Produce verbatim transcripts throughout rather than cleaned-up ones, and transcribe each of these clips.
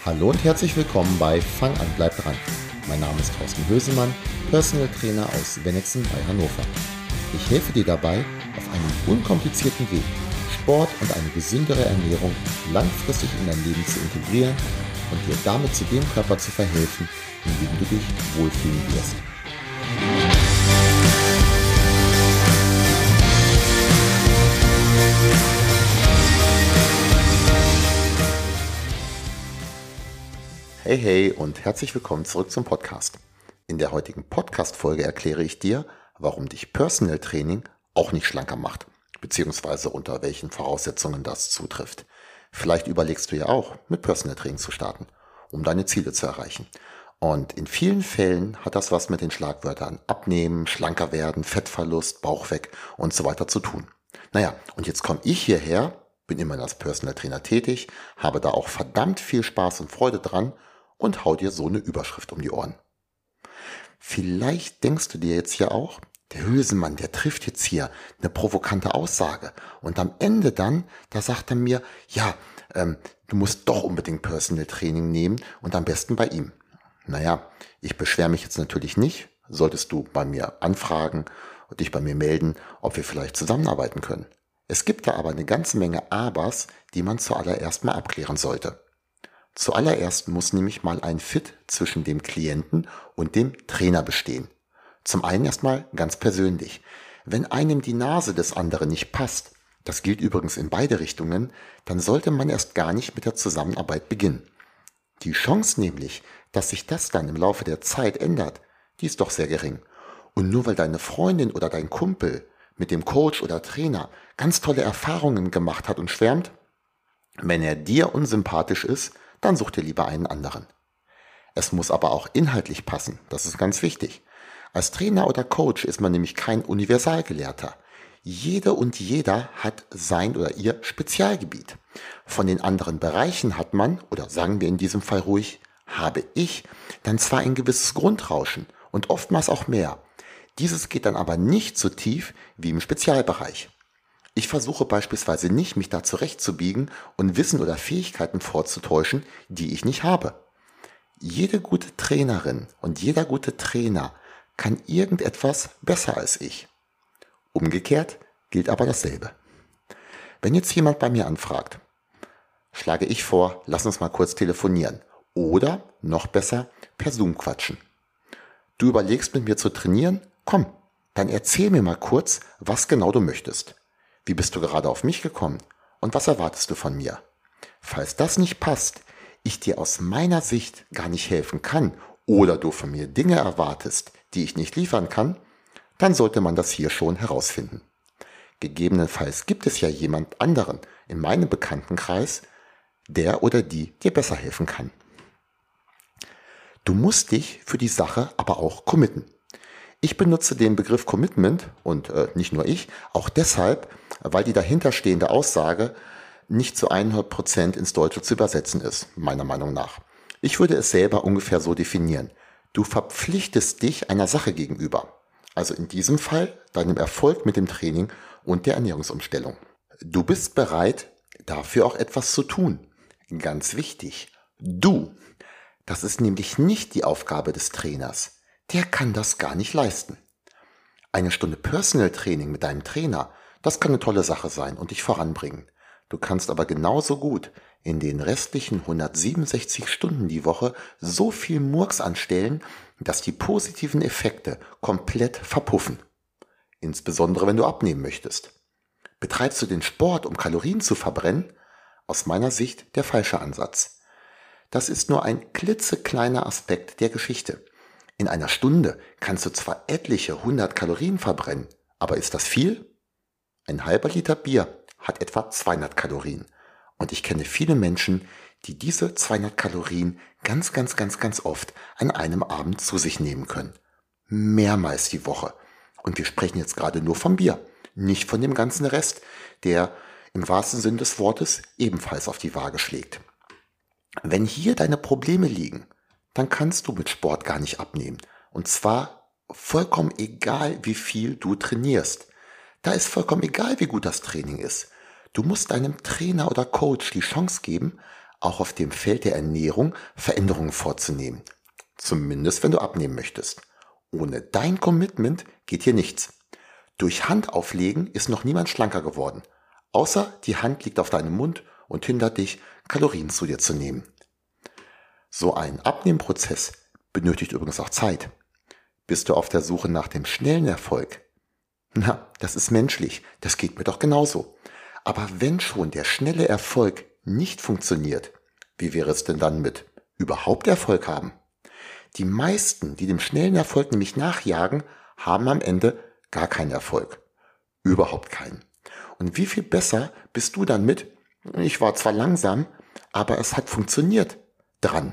Hallo und herzlich willkommen bei Fang an, bleib dran. Mein Name ist Thorsten Hösemann, Personal Trainer aus Wennigsen bei Hannover. Ich helfe dir dabei, auf einem unkomplizierten Weg Sport und eine gesündere Ernährung langfristig in dein Leben zu integrieren und dir damit zu dem Körper zu verhelfen, in dem du dich wohlfühlen wirst. Hey hey und herzlich willkommen zurück zum Podcast. In der heutigen Podcast-Folge erkläre ich dir, warum dich Personal Training auch nicht schlanker macht, beziehungsweise unter welchen Voraussetzungen das zutrifft. Vielleicht überlegst du ja auch, mit Personal Training zu starten, um deine Ziele zu erreichen. Und in vielen Fällen hat das was mit den Schlagwörtern Abnehmen, schlanker werden, Fettverlust, Bauch weg und so weiter zu tun. Naja, und jetzt komme ich hierher, bin immerhin als Personal Trainer tätig, habe da auch verdammt viel Spaß und Freude dran und hau dir so eine Überschrift um die Ohren. Vielleicht denkst du dir jetzt ja auch, der Hösemann, der trifft jetzt hier eine provokante Aussage und am Ende dann, da sagt er mir, ja, ähm, du musst doch unbedingt Personal Training nehmen und am besten bei ihm. Naja, ich beschwere mich jetzt natürlich nicht, solltest du bei mir anfragen und dich bei mir melden, ob wir vielleicht zusammenarbeiten können. Es gibt da aber eine ganze Menge Abers, die man zuallererst mal abklären sollte. Zuallererst muss nämlich mal ein Fit zwischen dem Klienten und dem Trainer bestehen. Zum einen erstmal ganz persönlich. Wenn einem die Nase des anderen nicht passt, das gilt übrigens in beide Richtungen, dann sollte man erst gar nicht mit der Zusammenarbeit beginnen. Die Chance nämlich, dass sich das dann im Laufe der Zeit ändert, die ist doch sehr gering. Und nur weil deine Freundin oder dein Kumpel mit dem Coach oder Trainer ganz tolle Erfahrungen gemacht hat und schwärmt, wenn er dir unsympathisch ist, dann such dir lieber einen anderen. Es muss aber auch inhaltlich passen, das ist ganz wichtig. Als Trainer oder Coach ist man nämlich kein Universalgelehrter. Jede und jeder hat sein oder ihr Spezialgebiet. Von den anderen Bereichen hat man, oder sagen wir in diesem Fall ruhig, habe ich, dann zwar ein gewisses Grundrauschen und oftmals auch mehr. Dieses geht dann aber nicht so tief wie im Spezialbereich. Ich versuche beispielsweise nicht, mich da zurechtzubiegen und Wissen oder Fähigkeiten vorzutäuschen, die ich nicht habe. Jede gute Trainerin und jeder gute Trainer kann irgendetwas besser als ich. Umgekehrt gilt aber dasselbe. Wenn jetzt jemand bei mir anfragt, schlage ich vor, lass uns mal kurz telefonieren oder, noch besser, per Zoom quatschen. Du überlegst mit mir zu trainieren? Komm, dann erzähl mir mal kurz, was genau du möchtest. Wie bist du gerade auf mich gekommen? Und was erwartest du von mir? Falls das nicht passt, ich dir aus meiner Sicht gar nicht helfen kann oder du von mir Dinge erwartest, die ich nicht liefern kann, dann sollte man das hier schon herausfinden. Gegebenenfalls gibt es ja jemand anderen in meinem Bekanntenkreis, der oder die dir besser helfen kann. Du musst dich für die Sache aber auch committen. Ich benutze den Begriff Commitment und äh, nicht nur ich, auch deshalb, weil die dahinterstehende Aussage nicht zu hundert Prozent ins Deutsche zu übersetzen ist, meiner Meinung nach. Ich würde es selber ungefähr so definieren. Du verpflichtest dich einer Sache gegenüber. Also in diesem Fall deinem Erfolg mit dem Training und der Ernährungsumstellung. Du bist bereit, dafür auch etwas zu tun. Ganz wichtig, du. Das ist nämlich nicht die Aufgabe des Trainers. Der kann das gar nicht leisten. Eine Stunde Personal Training mit deinem Trainer, das kann eine tolle Sache sein und dich voranbringen. Du kannst aber genauso gut in den restlichen hundertsiebenundsechzig Stunden die Woche so viel Murks anstellen, dass die positiven Effekte komplett verpuffen. Insbesondere wenn du abnehmen möchtest. Betreibst du den Sport, um Kalorien zu verbrennen? Aus meiner Sicht der falsche Ansatz. Das ist nur ein klitzekleiner Aspekt der Geschichte. In einer Stunde kannst du zwar etliche hundert Kalorien verbrennen, aber ist das viel? Ein halber Liter Bier hat etwa zweihundert Kalorien. Und ich kenne viele Menschen, die diese zweihundert Kalorien ganz, ganz, ganz, ganz oft an einem Abend zu sich nehmen können. Mehrmals die Woche. Und wir sprechen jetzt gerade nur vom Bier, nicht von dem ganzen Rest, der im wahrsten Sinn des Wortes ebenfalls auf die Waage schlägt. Wenn hier deine Probleme liegen, dann kannst du mit Sport gar nicht abnehmen. Und zwar vollkommen egal, wie viel du trainierst. Da ist vollkommen egal, wie gut das Training ist. Du musst deinem Trainer oder Coach die Chance geben, auch auf dem Feld der Ernährung Veränderungen vorzunehmen. Zumindest wenn du abnehmen möchtest. Ohne dein Commitment geht hier nichts. Durch Handauflegen ist noch niemand schlanker geworden. Außer die Hand liegt auf deinem Mund und hindert dich, Kalorien zu dir zu nehmen. So ein Abnehmprozess benötigt übrigens auch Zeit. Bist du auf der Suche nach dem schnellen Erfolg? Na, das ist menschlich, das geht mir doch genauso. Aber wenn schon der schnelle Erfolg nicht funktioniert, wie wäre es denn dann mit überhaupt Erfolg haben? Die meisten, die dem schnellen Erfolg nämlich nachjagen, haben am Ende gar keinen Erfolg. Überhaupt keinen. Und wie viel besser bist du dann mit, ich war zwar langsam, aber es hat funktioniert, dran?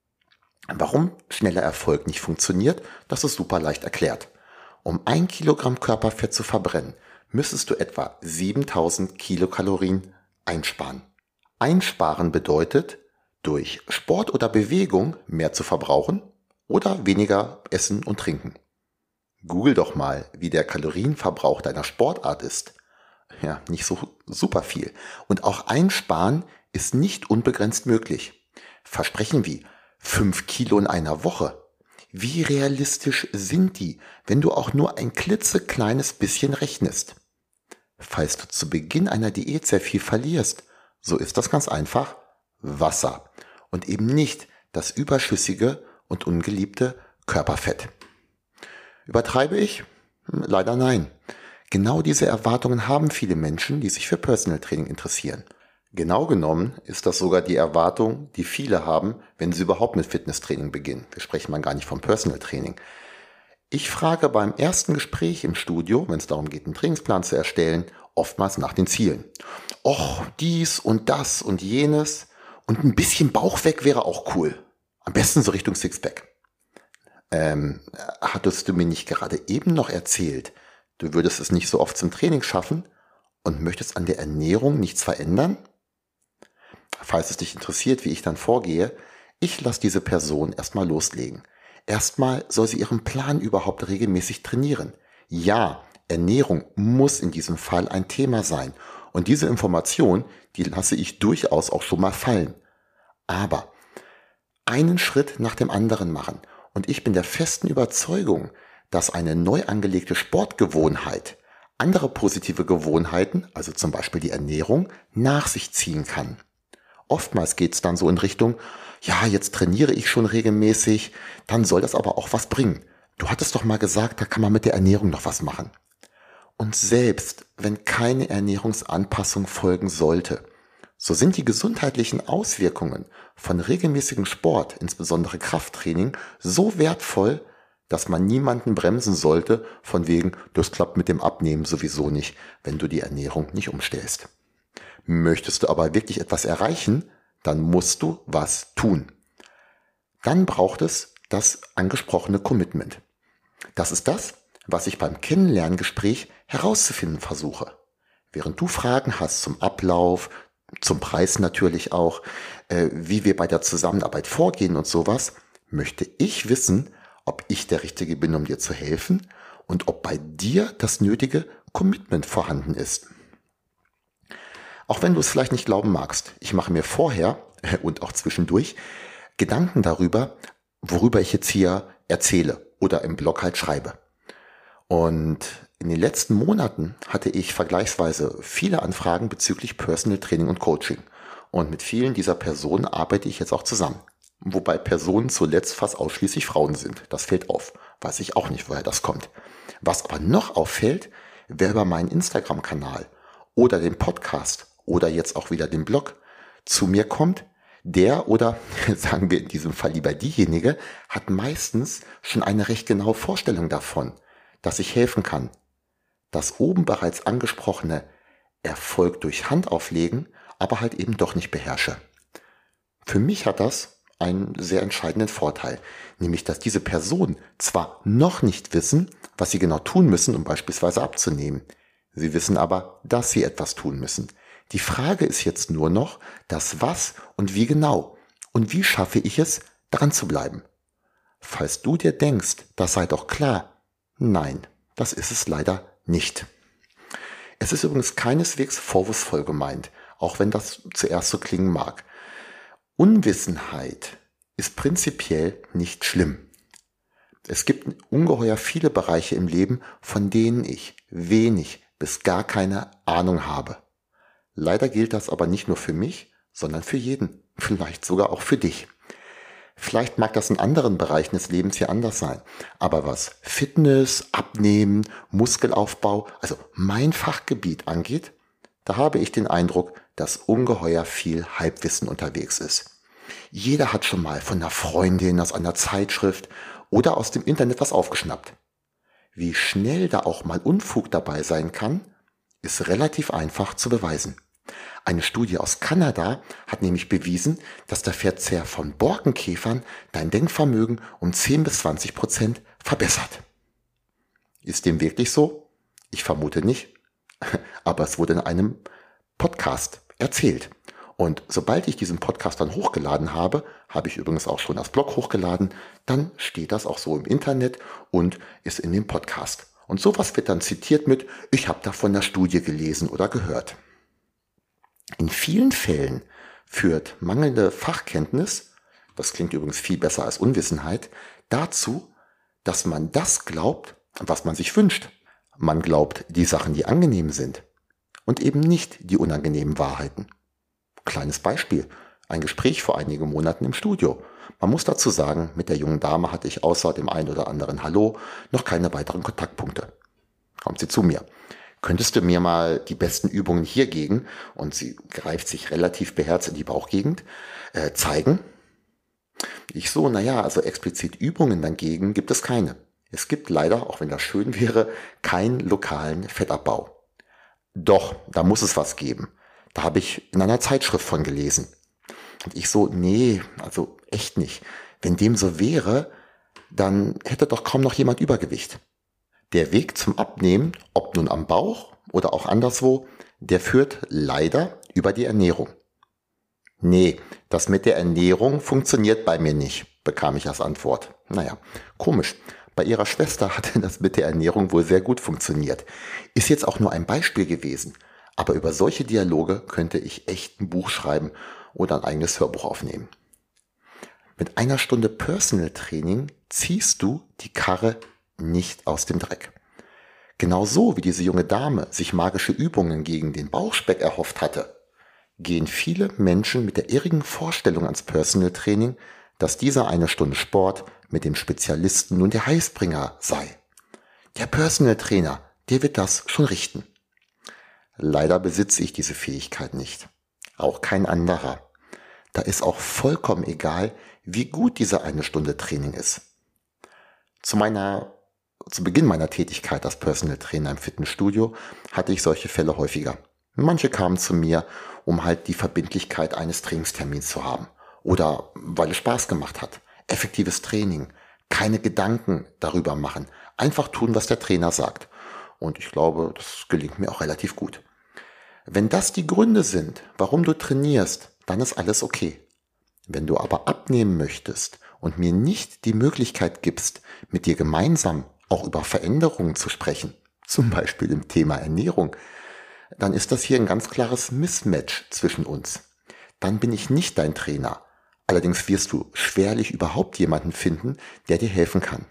Warum schneller Erfolg nicht funktioniert, das ist super leicht erklärt. Um ein Kilogramm Körperfett zu verbrennen, müsstest du etwa siebentausend Kilokalorien einsparen. Einsparen bedeutet, durch Sport oder Bewegung mehr zu verbrauchen oder weniger essen und trinken. Google doch mal, wie der Kalorienverbrauch deiner Sportart ist. Ja, nicht so super viel. Und auch einsparen ist nicht unbegrenzt möglich. Versprechen wie fünf Kilo in einer Woche. Wie realistisch sind die, wenn du auch nur ein klitzekleines bisschen rechnest? Falls du zu Beginn einer Diät sehr viel verlierst, so ist das ganz einfach Wasser und eben nicht das überschüssige und ungeliebte Körperfett. Übertreibe ich? Leider nein. Genau diese Erwartungen haben viele Menschen, die sich für Personal Training interessieren. Genau genommen ist das sogar die Erwartung, die viele haben, wenn sie überhaupt mit Fitnesstraining beginnen. Wir sprechen mal gar nicht vom Personal Training. Ich frage beim ersten Gespräch im Studio, wenn es darum geht, einen Trainingsplan zu erstellen, oftmals nach den Zielen. Och, dies und das und jenes und ein bisschen Bauch weg wäre auch cool. Am besten so Richtung Sixpack. Ähm, hattest du mir nicht gerade eben noch erzählt, du würdest es nicht so oft zum Training schaffen und möchtest an der Ernährung nichts verändern? Falls es dich interessiert, wie ich dann vorgehe, ich lasse diese Person erstmal loslegen. Erstmal soll sie ihren Plan überhaupt regelmäßig trainieren. Ja, Ernährung muss in diesem Fall ein Thema sein. Und diese Information, die lasse ich durchaus auch schon mal fallen. Aber einen Schritt nach dem anderen machen. Und ich bin der festen Überzeugung, dass eine neu angelegte Sportgewohnheit andere positive Gewohnheiten, also zum Beispiel die Ernährung, nach sich ziehen kann. Oftmals geht es dann so in Richtung, ja, jetzt trainiere ich schon regelmäßig, dann soll das aber auch was bringen. Du hattest doch mal gesagt, da kann man mit der Ernährung noch was machen. Und selbst wenn keine Ernährungsanpassung folgen sollte, so sind die gesundheitlichen Auswirkungen von regelmäßigem Sport, insbesondere Krafttraining, so wertvoll, dass man niemanden bremsen sollte, von wegen, das klappt mit dem Abnehmen sowieso nicht, wenn du die Ernährung nicht umstellst. Möchtest du aber wirklich etwas erreichen, dann musst du was tun. Dann braucht es das angesprochene Commitment. Das ist das, was ich beim Kennenlerngespräch herauszufinden versuche. Während du Fragen hast zum Ablauf, zum Preis natürlich auch, äh, wie wir bei der Zusammenarbeit vorgehen und sowas, möchte ich wissen, ob ich der Richtige bin, um dir zu helfen und ob bei dir das nötige Commitment vorhanden ist. Auch wenn du es vielleicht nicht glauben magst, ich mache mir vorher äh, und auch zwischendurch Gedanken darüber, worüber ich jetzt hier erzähle oder im Blog halt schreibe. Und in den letzten Monaten hatte ich vergleichsweise viele Anfragen bezüglich Personal Training und Coaching. Und mit vielen dieser Personen arbeite ich jetzt auch zusammen. Wobei Personen zuletzt fast ausschließlich Frauen sind. Das fällt auf. Weiß ich auch nicht, woher das kommt. Was aber noch auffällt, wer über meinen Instagram-Kanal oder den Podcast oder jetzt auch wieder den Blog zu mir kommt, der oder sagen wir in diesem Fall lieber diejenige, hat meistens schon eine recht genaue Vorstellung davon, dass ich helfen kann. Das oben bereits angesprochene Erfolg durch Handauflegen, aber halt eben doch nicht beherrsche. Für mich hat das einen sehr entscheidenden Vorteil, nämlich dass diese Personen zwar noch nicht wissen, was sie genau tun müssen, um beispielsweise abzunehmen. Sie wissen aber, dass sie etwas tun müssen. Die Frage ist jetzt nur noch, das was und wie genau und wie schaffe ich es, dran zu bleiben. Falls du dir denkst, das sei doch klar, nein, das ist es leider nicht. Es ist übrigens keineswegs vorwurfsvoll gemeint, auch wenn das zuerst so klingen mag. Unwissenheit ist prinzipiell nicht schlimm. Es gibt ungeheuer viele Bereiche im Leben, von denen ich wenig bis gar keine Ahnung habe. Leider gilt das aber nicht nur für mich, sondern für jeden, vielleicht sogar auch für dich. Vielleicht mag das in anderen Bereichen des Lebens hier anders sein, aber was Fitness, Abnehmen, Muskelaufbau, also mein Fachgebiet angeht, da habe ich den Eindruck, dass ungeheuer viel Halbwissen unterwegs ist. Jeder hat schon mal von einer Freundin aus einer Zeitschrift oder aus dem Internet was aufgeschnappt. Wie schnell da auch mal Unfug dabei sein kann, ist relativ einfach zu beweisen. Eine Studie aus Kanada hat nämlich bewiesen, dass der Verzehr von Borkenkäfern dein Denkvermögen um zehn bis zwanzig Prozent verbessert. Ist dem wirklich so? Ich vermute nicht, aber es wurde in einem Podcast erzählt. Und sobald ich diesen Podcast dann hochgeladen habe, habe ich übrigens auch schon das Blog hochgeladen, dann steht das auch so im Internet und ist in dem Podcast. Und sowas wird dann zitiert mit, ich habe da von der Studie gelesen oder gehört. In vielen Fällen führt mangelnde Fachkenntnis, das klingt übrigens viel besser als Unwissenheit, dazu, dass man das glaubt, was man sich wünscht. Man glaubt die Sachen, die angenehm sind und eben nicht die unangenehmen Wahrheiten. Kleines Beispiel, ein Gespräch vor einigen Monaten im Studio. Man muss dazu sagen, mit der jungen Dame hatte ich außer dem einen oder anderen Hallo noch keine weiteren Kontaktpunkte. Kommt sie zu mir. Könntest du mir mal die besten Übungen hier gegen, und sie greift sich relativ beherzt in die Bauchgegend, äh, zeigen? Ich so, naja, also explizit Übungen dagegen gibt es keine. Es gibt leider, auch wenn das schön wäre, keinen lokalen Fettabbau. Doch, da muss es was geben. Da habe ich in einer Zeitschrift von gelesen. Und ich so, nee, also echt nicht. Wenn dem so wäre, dann hätte doch kaum noch jemand Übergewicht. Der Weg zum Abnehmen, ob nun am Bauch oder auch anderswo, der führt leider über die Ernährung. Nee, das mit der Ernährung funktioniert bei mir nicht, bekam ich als Antwort. Naja, komisch. Bei ihrer Schwester hatte das mit der Ernährung wohl sehr gut funktioniert. Ist jetzt auch nur ein Beispiel gewesen. Aber über solche Dialoge könnte ich echt ein Buch schreiben oder ein eigenes Hörbuch aufnehmen. Mit einer Stunde Personal Training ziehst du die Karre nicht aus dem Dreck. Genauso wie diese junge Dame sich magische Übungen gegen den Bauchspeck erhofft hatte, gehen viele Menschen mit der irrigen Vorstellung ans Personal Training, dass dieser eine Stunde Sport mit dem Spezialisten nun der Heißbringer sei. Der Personal Trainer, der wird das schon richten. Leider besitze ich diese Fähigkeit nicht. Auch kein anderer. Da ist auch vollkommen egal, wie gut diese eine Stunde Training ist. Zu meiner, zu Beginn meiner Tätigkeit als Personal Trainer im Fitnessstudio hatte ich solche Fälle häufiger. Manche kamen zu mir, um halt die Verbindlichkeit eines Trainingstermins zu haben. Oder weil es Spaß gemacht hat. Effektives Training. Keine Gedanken darüber machen. Einfach tun, was der Trainer sagt. Und ich glaube, das gelingt mir auch relativ gut. Wenn das die Gründe sind, warum du trainierst, dann ist alles okay. Wenn du aber abnehmen möchtest und mir nicht die Möglichkeit gibst, mit dir gemeinsam auch über Veränderungen zu sprechen, zum Beispiel im Thema Ernährung, dann ist das hier ein ganz klares Mismatch zwischen uns. Dann bin ich nicht dein Trainer. Allerdings wirst du schwerlich überhaupt jemanden finden, der dir helfen kann.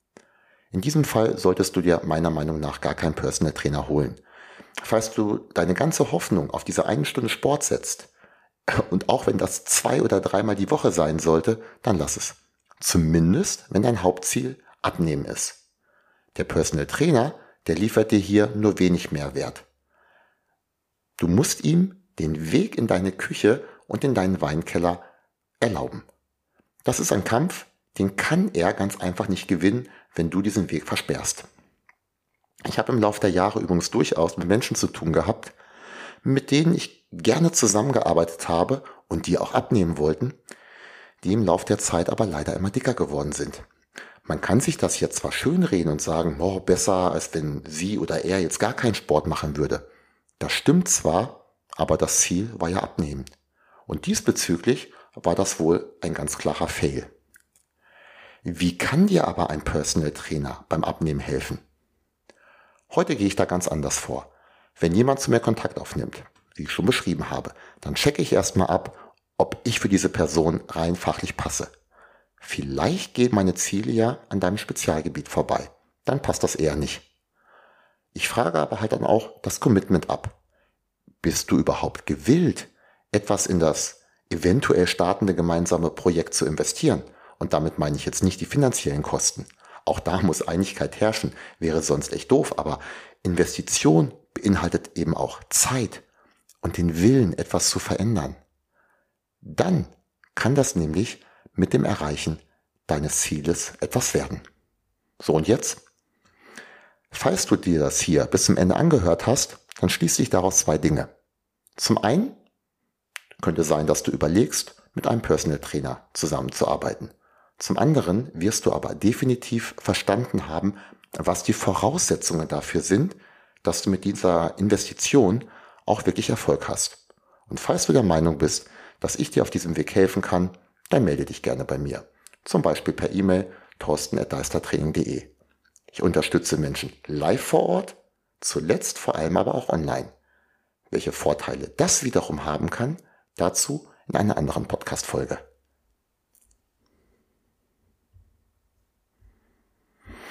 In diesem Fall solltest du dir meiner Meinung nach gar keinen Personal Trainer holen. Falls du deine ganze Hoffnung auf diese eine Stunde Sport setzt, und auch wenn das zwei oder dreimal die Woche sein sollte, dann lass es. Zumindest, wenn dein Hauptziel Abnehmen ist. Der Personal Trainer, der liefert dir hier nur wenig Mehrwert. Du musst ihm den Weg in deine Küche und in deinen Weinkeller erlauben. Das ist ein Kampf, den kann er ganz einfach nicht gewinnen, wenn du diesen Weg versperrst. Ich habe im Laufe der Jahre übrigens durchaus mit Menschen zu tun gehabt, mit denen ich gerne zusammengearbeitet habe und die auch abnehmen wollten, die im Laufe der Zeit aber leider immer dicker geworden sind. Man kann sich das jetzt zwar schönreden und sagen, oh, besser als wenn sie oder er jetzt gar keinen Sport machen würde. Das stimmt zwar, aber das Ziel war ja abnehmen. Und diesbezüglich war das wohl ein ganz klarer Fail. Wie kann dir aber ein Personal Trainer beim Abnehmen helfen? Heute gehe ich da ganz anders vor. Wenn jemand zu mir Kontakt aufnimmt, wie ich schon beschrieben habe, dann checke ich erstmal ab, ob ich für diese Person rein fachlich passe. Vielleicht gehen meine Ziele ja an deinem Spezialgebiet vorbei. Dann passt das eher nicht. Ich frage aber halt dann auch das Commitment ab. Bist du überhaupt gewillt, etwas in das eventuell startende gemeinsame Projekt zu investieren? Und damit meine ich jetzt nicht die finanziellen Kosten. Auch da muss Einigkeit herrschen, wäre sonst echt doof. Aber Investition beinhaltet eben auch Zeit und den Willen, etwas zu verändern. Dann kann das nämlich mit dem Erreichen deines Zieles etwas werden. So, und jetzt? Falls du dir das hier bis zum Ende angehört hast, dann schließt sich daraus zwei Dinge. Zum einen könnte sein, dass du überlegst, mit einem Personal Trainer zusammenzuarbeiten. Zum anderen wirst du aber definitiv verstanden haben, was die Voraussetzungen dafür sind, dass du mit dieser Investition auch wirklich Erfolg hast. Und falls du der Meinung bist, dass ich dir auf diesem Weg helfen kann, dann melde dich gerne bei mir. Zum Beispiel per E-Mail thorsten at deistertraining punkt de. Ich unterstütze Menschen live vor Ort, zuletzt vor allem aber auch online. Welche Vorteile das wiederum haben kann, dazu in einer anderen Podcast-Folge.